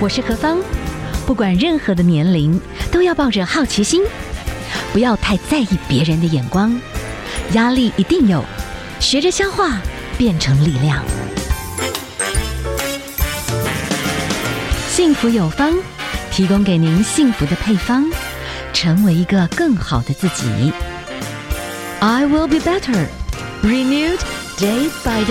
我是何芳，不管任何的年龄，都要抱着好奇心，不要太在意别人的眼光，压力一定有，学着消化，变成力量。幸福有方，提供给您幸福的配方，成为一个更好的自己。I will be better, renewed day by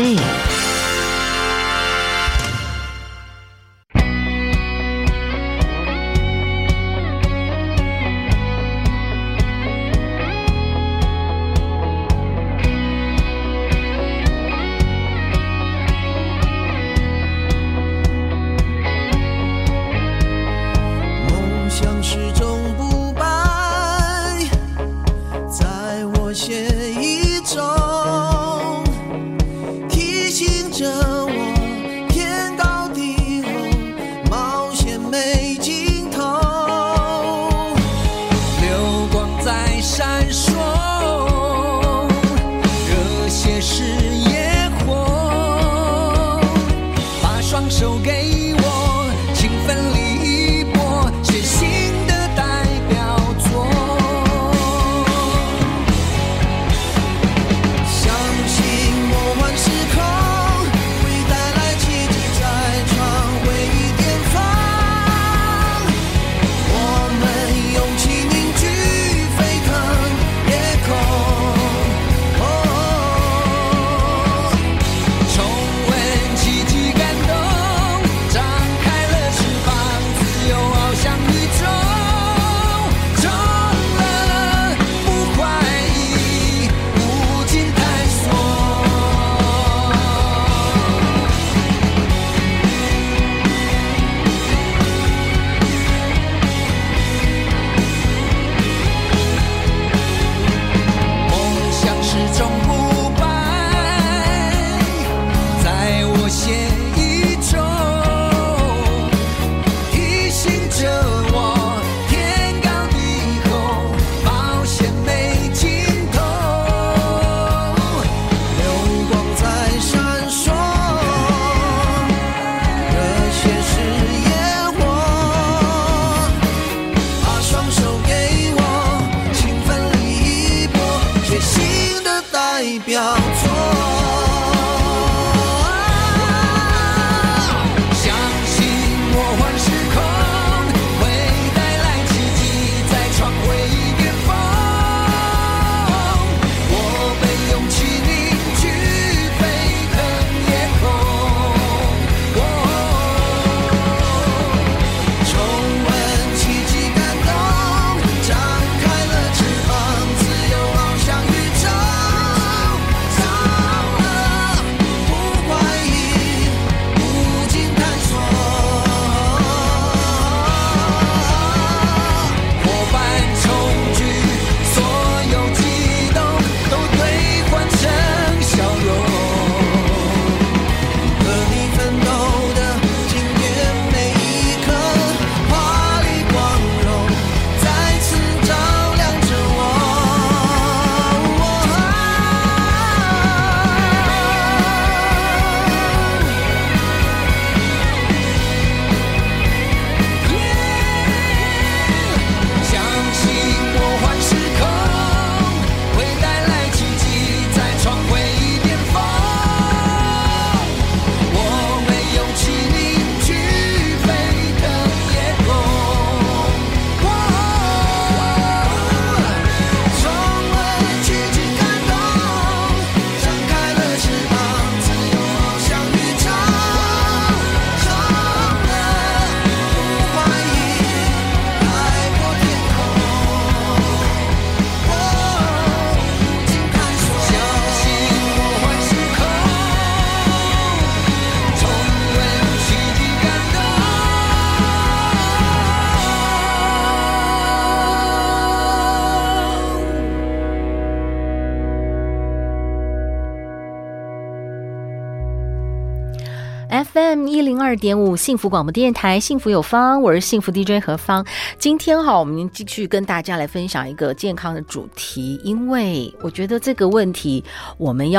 day。FM 102.5幸福广播电台，幸福有方，我是幸福 DJ 何芳。今天我们继续跟大家来分享一个健康的主题，因为我觉得这个问题我们要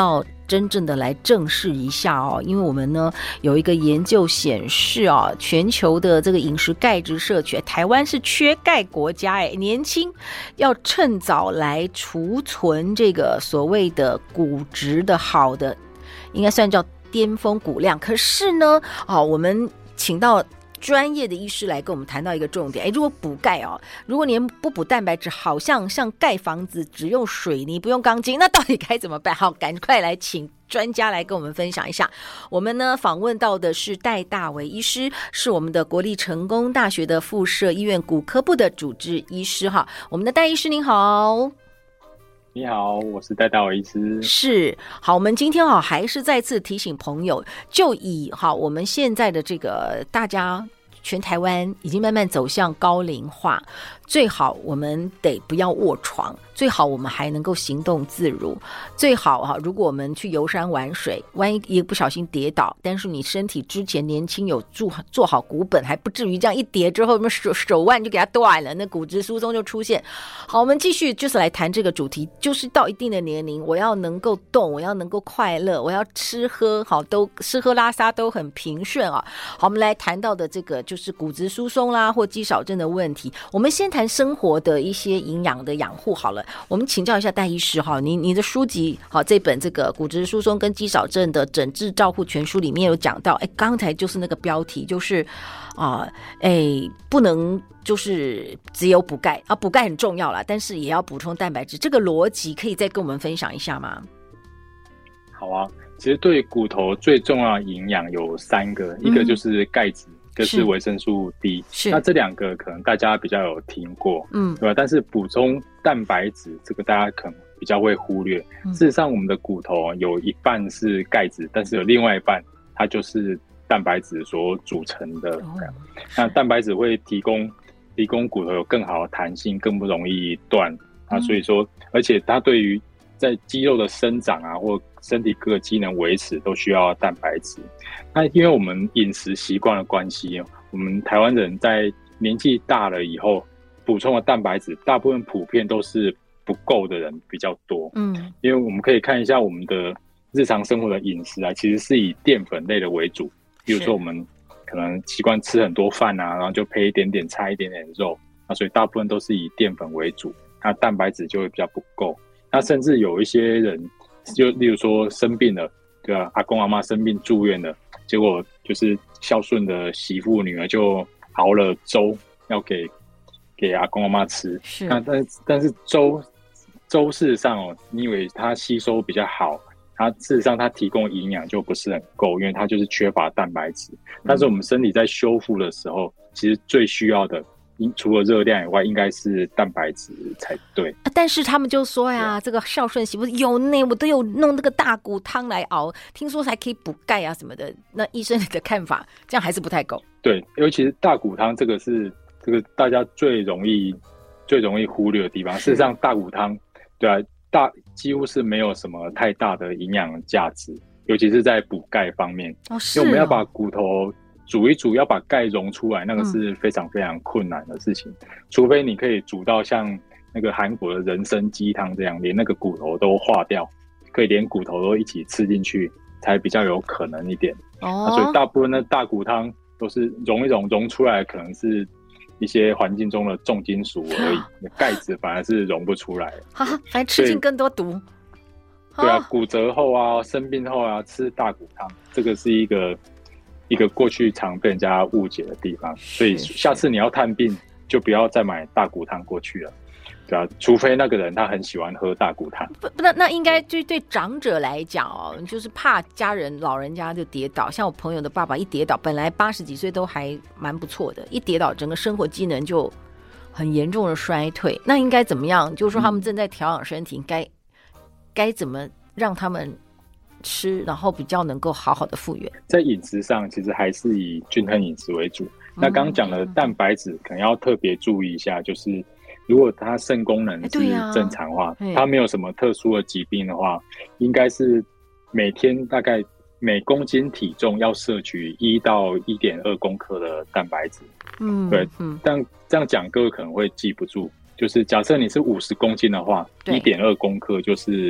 真正的来正视一下哦，因为我们呢有一个研究显示啊，全球的这个饮食钙质摄取，台湾是缺钙国家哎，年轻要趁早来储存这个所谓的骨质的好的，应该算叫巅峰骨量。可是呢，我们请到专业的医师来跟我们谈到一个重点，如果补钙如果连不补蛋白质，好像盖房子只用水泥不用钢筋，那到底该怎么办？好，赶快来请专家来跟我们分享一下。我们呢访问到的是戴大为医师，是我们的国立成功大学的附设医院骨科部的主治医师哈。我们的戴医师您好。 你好，我是戴大为医师。 是，好，我们今天还是再次提醒朋友，就以我们现在的这个大家全台湾已经慢慢走向高龄化，最好我们得不要卧床，最好我们还能够行动自如，最好如果我们去游山玩水，万一一不小心跌倒，但是你身体之前年轻有做好骨本，还不至于这样一跌之后手腕就给它断了，那骨质疏松就出现。好，我们继续就是来谈这个主题，就是到一定的年龄，我要能够动，我要能够快乐，我要吃喝都吃喝拉撒都很平顺啊。好，我们来谈到的这个就是骨质疏松啦或肌少症的问题。我们先谈生活的一些营养的养护好了。我们请教一下戴医师你的书籍这本这个骨质疏松跟肌少症的整治照护全书里面有讲到，刚才就是那个标题就是不能就是只有补钙补钙很重要啦，但是也要补充蛋白质，这个逻辑可以再跟我们分享一下吗？ 好啊，其实对骨头最重要的营养有3个，一个就是钙质，一个是维生素 D， 那这2个可能大家比较有听过，对吧？但是补充蛋白质这个大家可能比较会忽略。事实上，我们的骨头有一半是钙质，但是有另外一半它就是蛋白质所组成的。那蛋白质会提供骨头有更好的弹性，更不容易断。所以说，而且它对于在肌肉的生长或身体各个机能维持都需要蛋白质。那因为我们饮食习惯的关系，我们台湾人在年纪大了以后补充的蛋白质大部分普遍都是不够的人比较多。因为我们可以看一下我们的日常生活的饮食其实是以淀粉类的为主。比如说我们可能习惯吃很多饭然后就配一点点菜一点点肉，所以大部分都是以淀粉为主，那蛋白质就会比较不够。那甚至有一些人就例如说生病了，对吧？阿公阿嬷生病住院了，结果就是孝顺的媳妇女儿就熬了粥要给阿公阿嬷吃。但是粥事实上你以为它吸收比较好，它事实上它提供营养就不是很够，因为它就是缺乏蛋白质。但是我们身体在修复的时候，其实最需要的除了热量以外，应该是蛋白质才对。 但是他们就说呀，这个孝顺媳妇有呢，我都有弄那个大骨汤来熬，听说才可以补钙什么的。那医生的看法，这样还是不太够。 对，尤其是大骨汤，这个是大家最容易忽略的地方。事实上，大骨汤，对啊，几乎是没有什么太大的营养价值，尤其是在补钙方面。因为我们要把骨头煮一煮，要把钙溶出来，那个是非常非常困难的事情。除非你可以煮到像那个韩国的人参鸡汤这样，连那个骨头都化掉，可以连骨头都一起吃进去，才比较有可能一点。所以大部分的大骨汤都是溶一溶出来，可能是一些环境中的重金属而已，钙质反而是溶不出来。 反而吃进更多毒。 对啊，骨折后生病后吃大骨汤，这个是一个过去常被人家误解的地方。所以下次你要探病，就不要再买大骨汤过去了。对啊，除非那个人他很喜欢喝大骨汤。 那应该就对长者来讲就是怕家人老人家就跌倒，像我朋友的爸爸一跌倒，本来80几岁都还蛮不错的，一跌倒整个生活机能就很严重的衰退。那应该怎么样？就是说他们正在调养身体，该怎么让他们吃，然后比较能够好好的复原？ 在饮食上其实还是以均衡饮食为主。那刚刚讲的蛋白质可能要特别注意一下，就是如果他肾功能是正常化，他没有什么特殊的疾病的话，应该是每天大概每公斤体重要摄取1到1.2公克的蛋白质。对，但这样讲各位可能会记不住，就是假设你是50公斤的话，1.2公克就是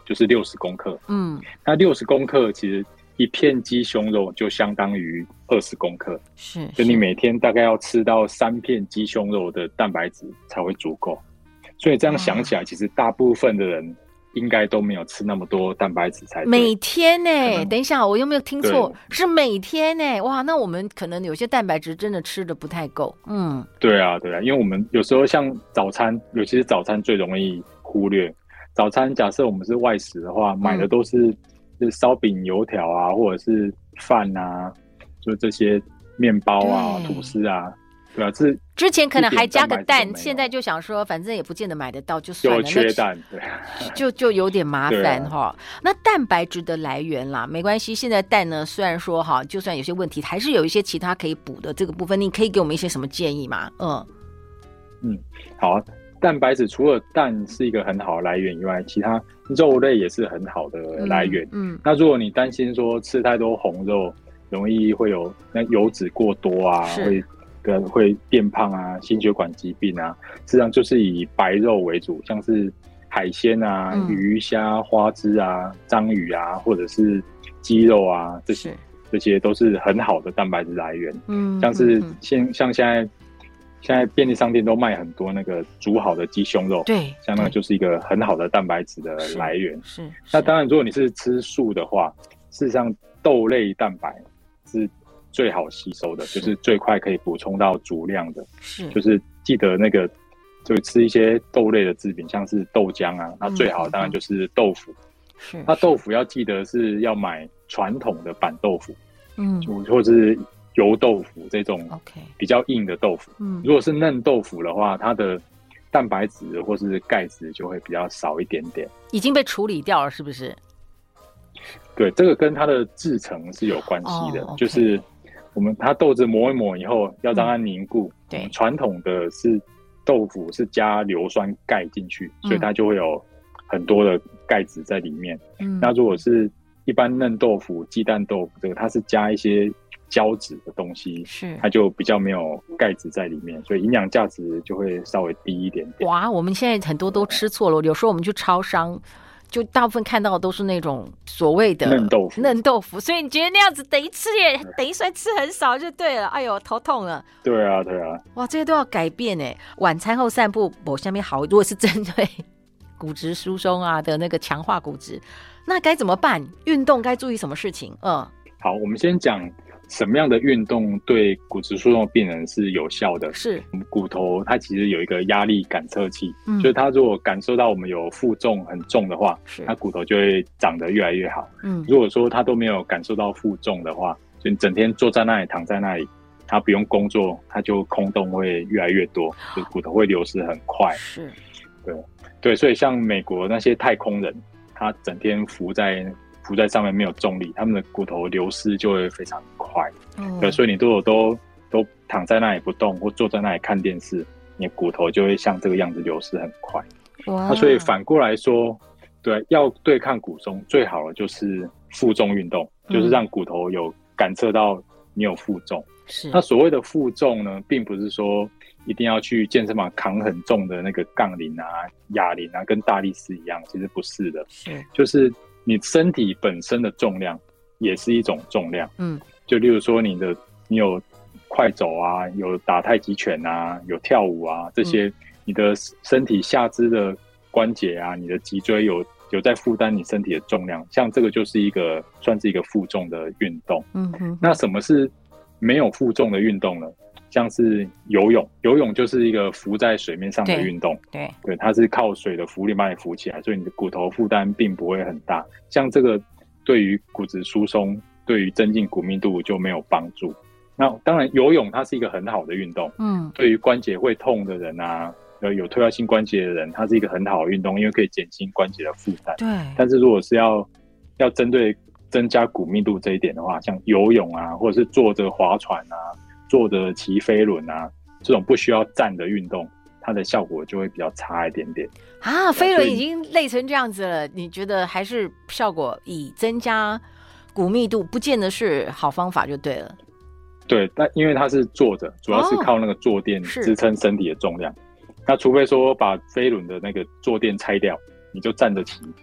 就是60公克。那60公克其实一片鸡胸肉就相当于20公克，就你每天大概要吃到3片鸡胸肉的蛋白质才会足够。所以这样想起来，其实大部分的人应该都没有吃那么多蛋白质才对。 每天呢？等一下，我有没有听错？是每天呢？哇，那我们可能有些蛋白质真的吃的不太够。 对啊，因为我们有时候像早餐，尤其是早餐最容易忽略。早餐假设我们是外食的话，买的都是烧饼、油条啊，或者是饭啊，就这些面包啊、吐司啊。对啊， 之前可能还加个蛋，现在就想说，反正也不见得买得到，就算了。 就缺蛋，对， 就有点麻烦哈。那蛋白质的来源啦，没关系。现在蛋呢，虽然说哈，就算有些问题，还是有一些其他可以补的这个部分，你可以给我们一些什么建议吗？ 好啊。蛋白质除了蛋是一个很好的来源以外，其他肉类也是很好的来源。那如果你担心说吃太多红肉，容易会有那油脂过多啊，会变胖啊，心血管疾病啊，实际上就是以白肉为主，像是海鲜啊、鱼虾、花枝啊、章鱼啊，或者是鸡肉啊，这些都是很好的蛋白质来源。像是像现在便利商店都卖很多那个煮好的鸡胸肉， 对， 像那个就是一个很好的蛋白质的来源。 是。 那当然，如果你是吃素的话，事实上豆类蛋白是最好吸收的，就是最快可以补充到足量的。就是记得那个，就吃一些豆类的制品，像是豆浆啊，那最好当然就是豆腐。那豆腐要记得是要买传统的板豆腐，或者是油豆腐这种比较硬的豆腐。如果是嫩豆腐的话，它的蛋白质或是钙质就会比较少一点点， 已经被处理掉了，是不是？ 对，这个跟它的制成是有关系的，就是它豆子磨一磨以后要让它凝固。对，传统的是豆腐是加硫酸钙进去，所以它就会有很多的钙质在里面。那如果是一般嫩豆腐、鸡蛋豆腐，这个它是加一些胶质的东西，它就比较没有钙质在里面，所以营养价值就会稍微低一点点。 哇，我们现在很多都吃错了，有时候我们去超商，就大部分看到的都是那种所谓的嫩豆腐，所以你觉得那样子等于算吃很少就对了。哎呦，头痛了。对啊。哇，这些都要改变哎。晚餐后散步，我下面好，如果是针对骨质疏松啊的那个强化骨质，那该怎么办？运动该注意什么事情？ 好，我们先讲什么样的运动对骨质疏松的病人是有效的。骨头它其实有一个压力感测器，就是它如果感受到我们有负重很重的话，它骨头就会长得越来越好。如果说它都没有感受到负重的话，就你整天坐在那里躺在那里，它不用工作，它就空洞会越来越多，就骨头会流失很快。对，所以像美国那些太空人，他整天浮在上面没有重力，他们的骨头流失就会非常快。对，所以你如果都躺在那里不动，或坐在那里看电视，你的骨头就会像这个样子流失很快。那所以反过来说，对，要对抗骨松，最好的就是负重运动，就是让骨头有感测到你有负重。那所谓的负重呢，并不是说一定要去健身房扛很重的那个杠铃啊、哑铃啊，跟大力士一样，其实不是的。就是你身体本身的重量也是一种重量。就例如说你有快走啊，有打太极拳啊，有跳舞啊，这些你的身体下肢的关节啊，你的脊椎有在负担你身体的重量，像这个就是算是一个负重的运动。那什么是没有负重的运动呢？像是游泳就是一个浮在水面上的运动。对，它是靠水的浮力把你浮起来，所以你的骨头负担并不会很大。像这个对于骨质疏松、对于增进骨密度就没有帮助。那当然游泳它是一个很好的运动，对于关节会痛的人啊，有退化性关节的人，它是一个很好的运动，因为可以减轻关节的负担。但是如果是要针对增加骨密度这一点的话，像游泳啊，或者是坐着划船啊，坐着骑飞轮啊，这种不需要站的运动，它的效果就会比较差一点点。 飞轮已经累成这样子了，你觉得还是效果以增加骨密度不见得是好方法就对了。 对，但因为它是坐着，主要是靠那个坐垫支撑身体的重量。那除非说把飞轮的那个坐垫拆掉，你就站着骑。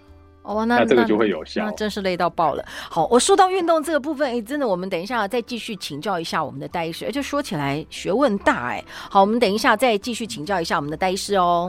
那这个就会有效。 那真是累到爆了。好，我说到运动这个部分，真的，我们等一下再继续请教一下我们的戴医师，而且说起来学问大好，我们等一下再继续请教一下我们的戴医师哦。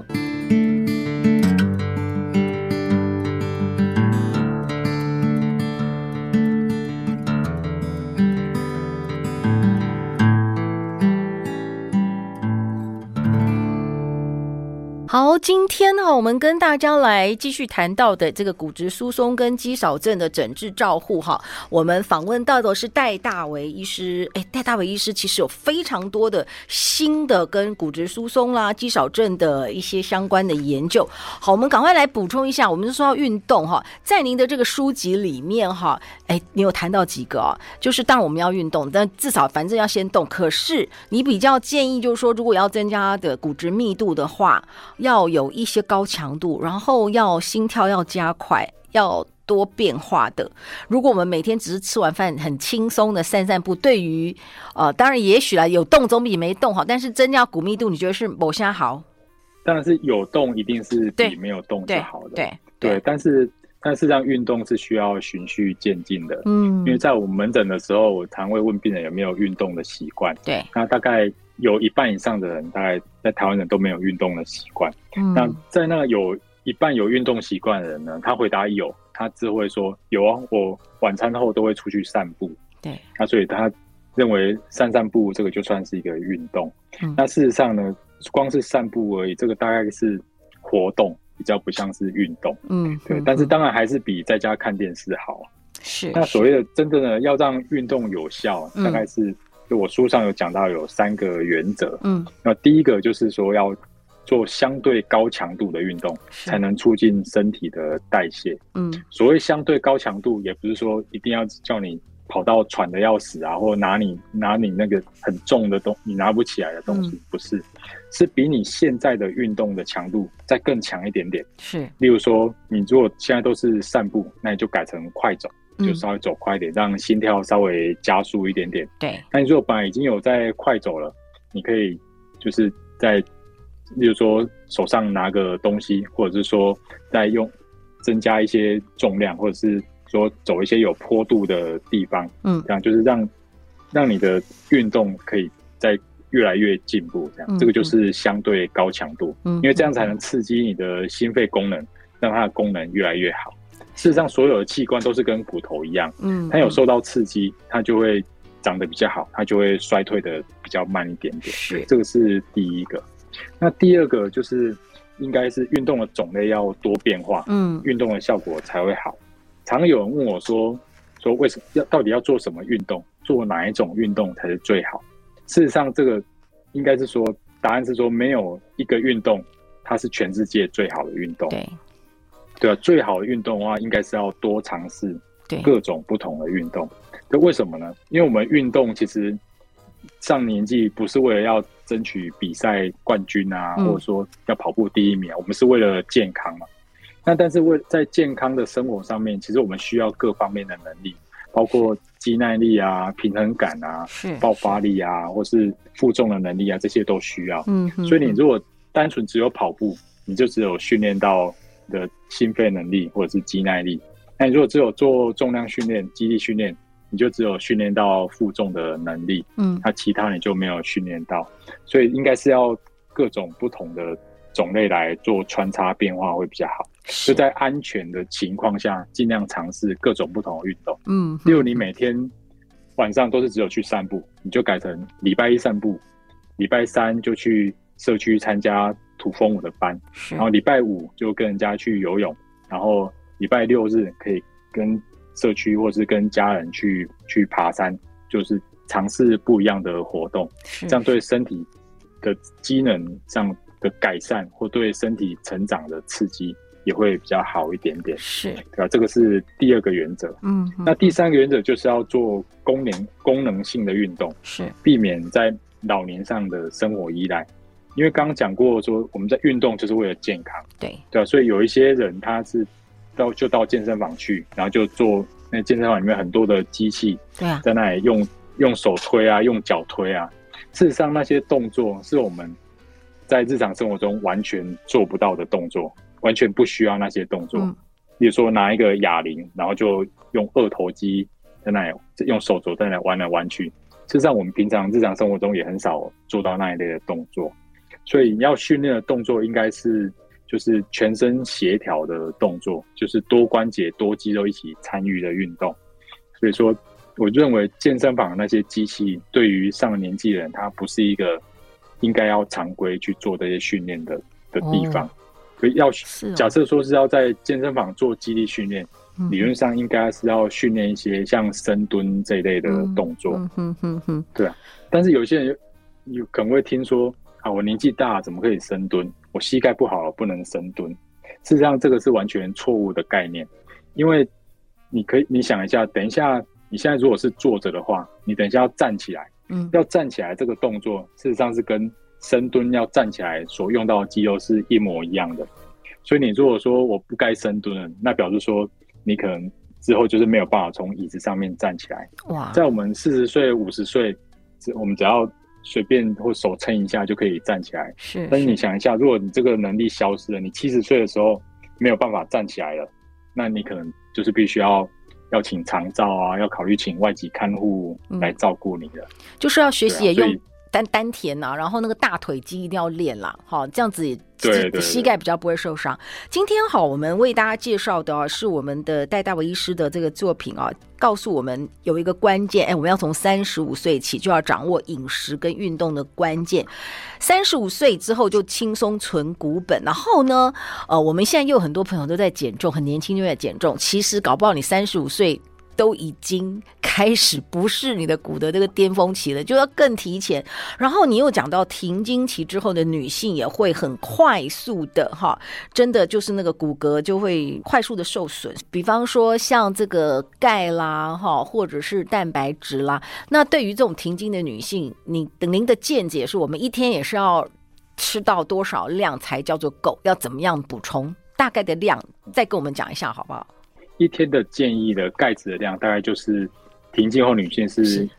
好，今天我们跟大家来继续谈到的这个骨质疏松跟肌少症的诊治照护我们访问到的是戴大为医师。戴大为医师其实有非常多的新的跟骨质疏松啦、肌少症的一些相关的研究。好，我们赶快来补充一下，我们说要运动在您的这个书籍里面你有谈到几个就是当然我们要运动，但至少反正要先动。可是你比较建议就是说，如果要增加的骨质密度的话，要有一些高强度，然后要心跳要加快，要多变化的。如果我们每天只是吃完饭很轻松的散散步，对于当然也许啦，有动总比没动好，但是增加骨密度，你觉得是某些好？ 当然是有动一定是比没有动就好的。对，但是让运动是需要循序渐进的。因为在我们门诊的时候，我常会问病人有没有运动的习惯。对，那大概有一半以上的人，大概在台湾人都没有运动的习惯。那在那有一半有运动习惯的人呢，他回答有，他只会说有啊，我晚餐后都会出去散步。对，那所以他认为散步这个就算是一个运动。那事实上呢，光是散步而已，这个大概是活动，比较不像是运动。对，但是当然还是比在家看电视好。是，那所谓的真正的要让运动有效，大概是就我书上有讲到有3个原则。那第一个就是说要做相对高强度的运动，才能促进身体的代谢。所谓相对高强度，也不是说一定要叫你跑到喘得要死啊，或拿你那个很重的你拿不起来的东西，不是，是比你现在的运动的强度再更强一点点。是，例如说你如果现在都是散步，那你就改成快走。就稍微走快一点，让心跳稍微加速一点点。对，那你如果本来已经有在快走了，你可以就是在，例如说手上拿个东西，或者是说再增加一些重量，或者是说走一些有坡度的地方。这样就是让你的运动可以再越来越进步。这样，这个就是相对高强度。因为这样才能刺激你的心肺功能，让它的功能越来越好。事实上，所有的器官都是跟骨头一样，它有受到刺激，它就会长得比较好，它就会衰退的比较慢一点点。是，这个是第一个。那第二个就是应该是运动的种类要多变化，运动的效果才会好。常有人问我说为什么到底要做什么运动，做哪一种运动才是最好？事实上，这个应该是说答案是说没有一个运动它是全世界最好的运动。对啊，最好的运动的话，应该是要多尝试各种不同的运动。这为什么呢？因为我们运动其实上年纪不是为了要争取比赛冠军啊，或者说要跑步第1名，我们是为了健康嘛。那但是在健康的生活上面，其实我们需要各方面的能力，包括肌耐力啊、平衡感啊、爆发力啊，或是负重的能力啊，这些都需要。所以你如果单纯只有跑步，你就只有训练到的心肺能力或者是肌耐力。那你如果只有做重量训练、肌力训练，你就只有训练到负重的能力，那其他你就没有训练到。所以应该是要各种不同的种类来做穿插变化会比较好。就在安全的情况下，尽量尝试各种不同的运动。例如你每天晚上都是只有去散步，你就改成礼拜1散步，礼拜3就去社区参加土风舞的班，然后礼拜5就跟人家去游泳，然后礼拜6日可以跟社区或是跟家人去爬山，就是尝试不一样的活动，这样对身体的机能上的改善或对身体成长的刺激也会比较好一点点。是，对吧？这个是第2个原则。那第3个原则就是要做功能性的运动，是避免在老年上的生活依赖。因为刚刚讲过说我们在运动就是为了健康，对啊，所以有一些人他是到健身房去，然后就做那健身房里面很多的机器，对啊，在那里用手推啊，用脚推啊。事实上那些动作是我们在日常生活中完全做不到的动作，完全不需要那些动作。 比如说拿一个哑铃，然后就用二头肌在那里用手肘在那里弯来弯去。事实上我们平常日常生活中也很少做到那一类的动作，所以要训练的动作应该是就是全身协调的动作，就是多关节多肌肉一起参与的运动。所以说我认为健身房的那些机器对于上了年纪的人，它不是一个应该要常规去做这些训练的地方。所以假设说是要在健身房做肌力训练，理论上应该是要训练一些像深蹲这一类的动作。对啊，但是有些人有可能会听说啊，我年纪大怎么可以深蹲？我膝盖不好不能深蹲。事实上这个是完全错误的概念，因为你想一下，等一下你现在如果是坐着的话，你等一下要站起来，要站起来这个动作事实上是跟深蹲要站起来所用到的肌肉是一模一样的。所以你如果说我不该深蹲了，那表示说你可能之后就是没有办法从椅子上面站起来。哇！在我们40岁、50岁，我们只要随便或手撑一下就可以站起来。但是你想一下，如果你这个能力消失了，你70岁的时候没有办法站起来了，那你可能就是必须要请长照啊，要考虑请外籍看护来照顾你的。 就是要学习也用丹田啊，然后那个大腿肌一定要练啦，好，这样子膝盖比较不会受伤。今天好，我们为大家介绍的是我们的戴大为医师的这个作品啊，告诉我们有一个关键，我们要从35岁起就要掌握饮食跟运动的关键。35岁之后就轻松存股本，然后呢，我们现在又有很多朋友都在减重，很年轻就在减重，其实搞不好你35岁。都已经开始不是你的骨的这个巅峰期了，就要更提前。然后你又讲到停经期之后的女性也会很快速的真的就是那个骨骼就会快速的受损，比方说像这个钙啦或者是蛋白质啦。那对于这种停经的女性，您的见解是我们一天也是要吃到多少量才叫做够，要怎么样补充，大概的量再跟我们讲一下好不好？ 一天的建议的钙质的量大概就是停经后女性是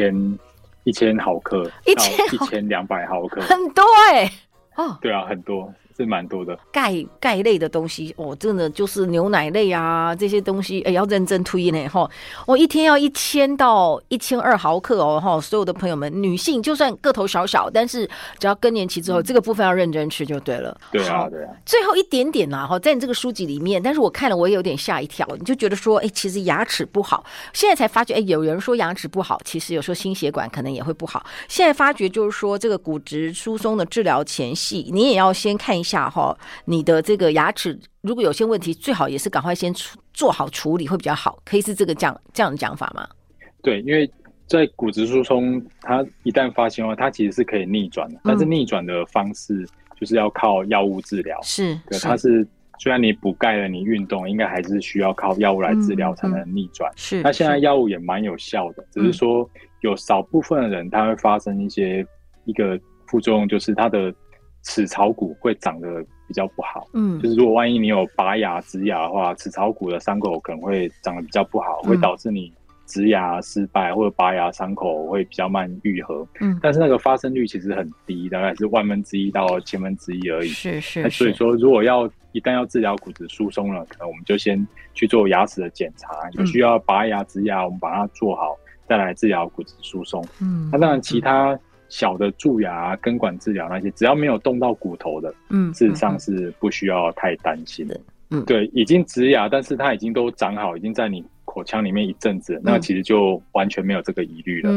1000毫克到1200毫克， 很多对啊，很多，是蛮多的。 钙类的东西真的就是牛奶类啊这些东西要认真推呢一天要1000到1200毫克所有的朋友们，女性就算个头小小，但是只要更年期之后，这个部分要认真吃就对了。 对啊。 最后一点点啦在你这个书籍里面，但是我看了我也有点吓一跳，你就觉得说其实牙齿不好，现在才发觉有人说牙齿不好，其实有时候心血管可能也会不好。现在发觉就是说这个骨质疏松的治疗前夕，你也要先看一下你的这个牙齿如果有些问题，最好也是赶快先做好处理会比较好，可以是这样的讲法吗？ 对，因为在骨质疏松它一旦发现的话，它其实是可以逆转的，但是逆转的方式就是要靠药物治疗。对，它是虽然你补钙了，你运动应该还是需要靠药物来治疗才能逆转。那现在药物也蛮有效的，只是说有少部分的人他会发生一个副作用，就是他的齿槽骨会长得比较不好。就是如果万一你有拔牙植牙的话，齿槽骨的伤口可能会长得比较不好，会导致你植牙失败或者拔牙伤口会比较慢愈合。但是那个发生率其实很低，大概是1/1000到1/1000而已。是。所以说如果一旦要治疗骨质疏松了，可能我们就先去做牙齿的检查，有需要拔牙植牙我们把它做好，再来治疗骨质疏松。那当然其他小的蛀牙、根管治疗那些，只要没有动到骨头的，事实上是不需要太担心的。对，已经植牙，但是它已经都长好，已经在你口腔里面一阵子，那其实就完全没有这个疑虑了。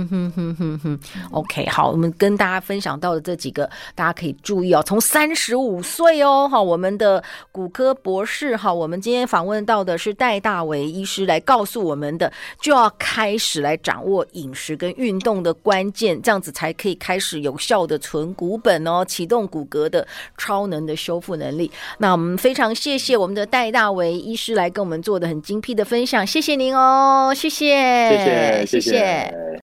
OK， 好，我们跟大家分享到的这几个，大家可以注意从35岁我们的骨科博士我们今天访问到的是戴大为医师来告诉我们的，就要开始来掌握饮食跟运动的关键，这样子才可以开始有效的存股本启动骨骼的超能的修复能力。那我们非常谢谢我们的戴大为医师来跟我们做的很精辟的分享，谢谢您谢谢。